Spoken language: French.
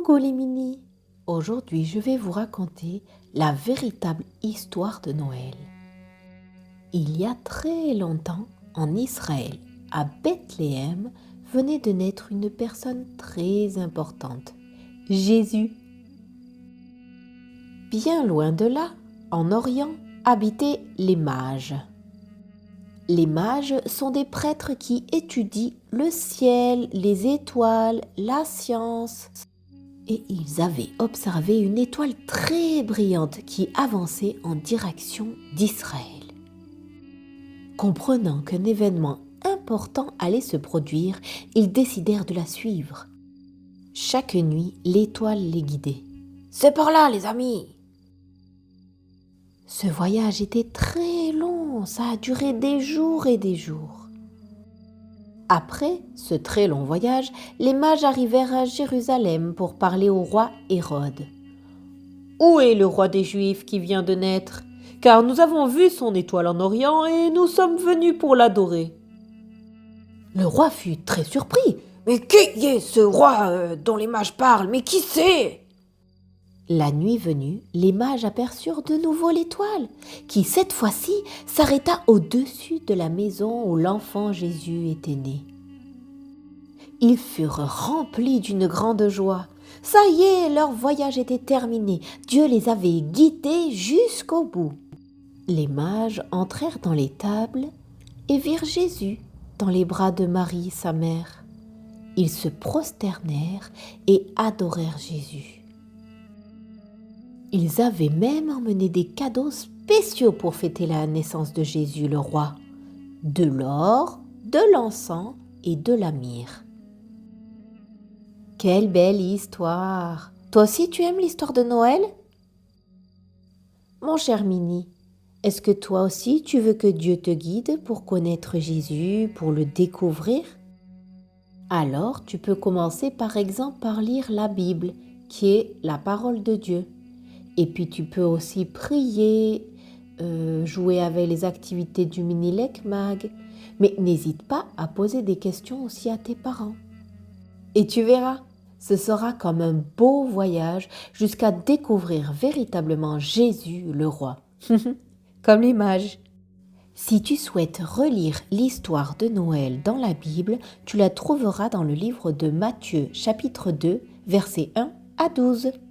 Coucou les minis! Aujourd'hui, je vais vous raconter la véritable histoire de Noël. Il y a très longtemps, en Israël, à Bethléem, venait de naître une personne très importante, Jésus. Bien loin de là, en Orient, habitaient les mages. Les mages sont des prêtres qui étudient le ciel, les étoiles, la science. Et ils avaient observé une étoile très brillante qui avançait en direction d'Israël. Comprenant qu'un événement important allait se produire, ils décidèrent de la suivre. Chaque nuit, l'étoile les guidait. « C'est par là, les amis !» Ce voyage était très long, ça a duré des jours et des jours. Après ce très long voyage, les mages arrivèrent à Jérusalem pour parler au roi Hérode. « Où est le roi des Juifs qui vient de naître ? Car nous avons vu son étoile en Orient et nous sommes venus pour l'adorer. » Le roi fut très surpris. « Mais qui est ce roi dont les mages parlent ? Mais qui c'est ?» La nuit venue, les mages aperçurent de nouveau l'étoile, qui cette fois-ci s'arrêta au-dessus de la maison où l'enfant Jésus était né. Ils furent remplis d'une grande joie. Ça y est, leur voyage était terminé. Dieu les avait guidés jusqu'au bout. Les mages entrèrent dans l'étable et virent Jésus dans les bras de Marie, sa mère. Ils se prosternèrent et adorèrent Jésus. Ils avaient même emmené des cadeaux spéciaux pour fêter la naissance de Jésus le roi. De l'or, de l'encens et de la myrrhe. Quelle belle histoire! Toi aussi tu aimes l'histoire de Noël? Mon cher Mini, est-ce que toi aussi tu veux que Dieu te guide pour connaître Jésus, pour le découvrir? Alors tu peux commencer par exemple par lire la Bible, qui est la parole de Dieu. Et puis tu peux aussi prier, jouer avec les activités du mini Lek Mag. Mais n'hésite pas à poser des questions aussi à tes parents. Et tu verras, ce sera comme un beau voyage jusqu'à découvrir véritablement Jésus le roi. Comme les mages. Si tu souhaites relire l'histoire de Noël dans la Bible, tu la trouveras dans le livre de Matthieu, chapitre 2, versets 1 à 12.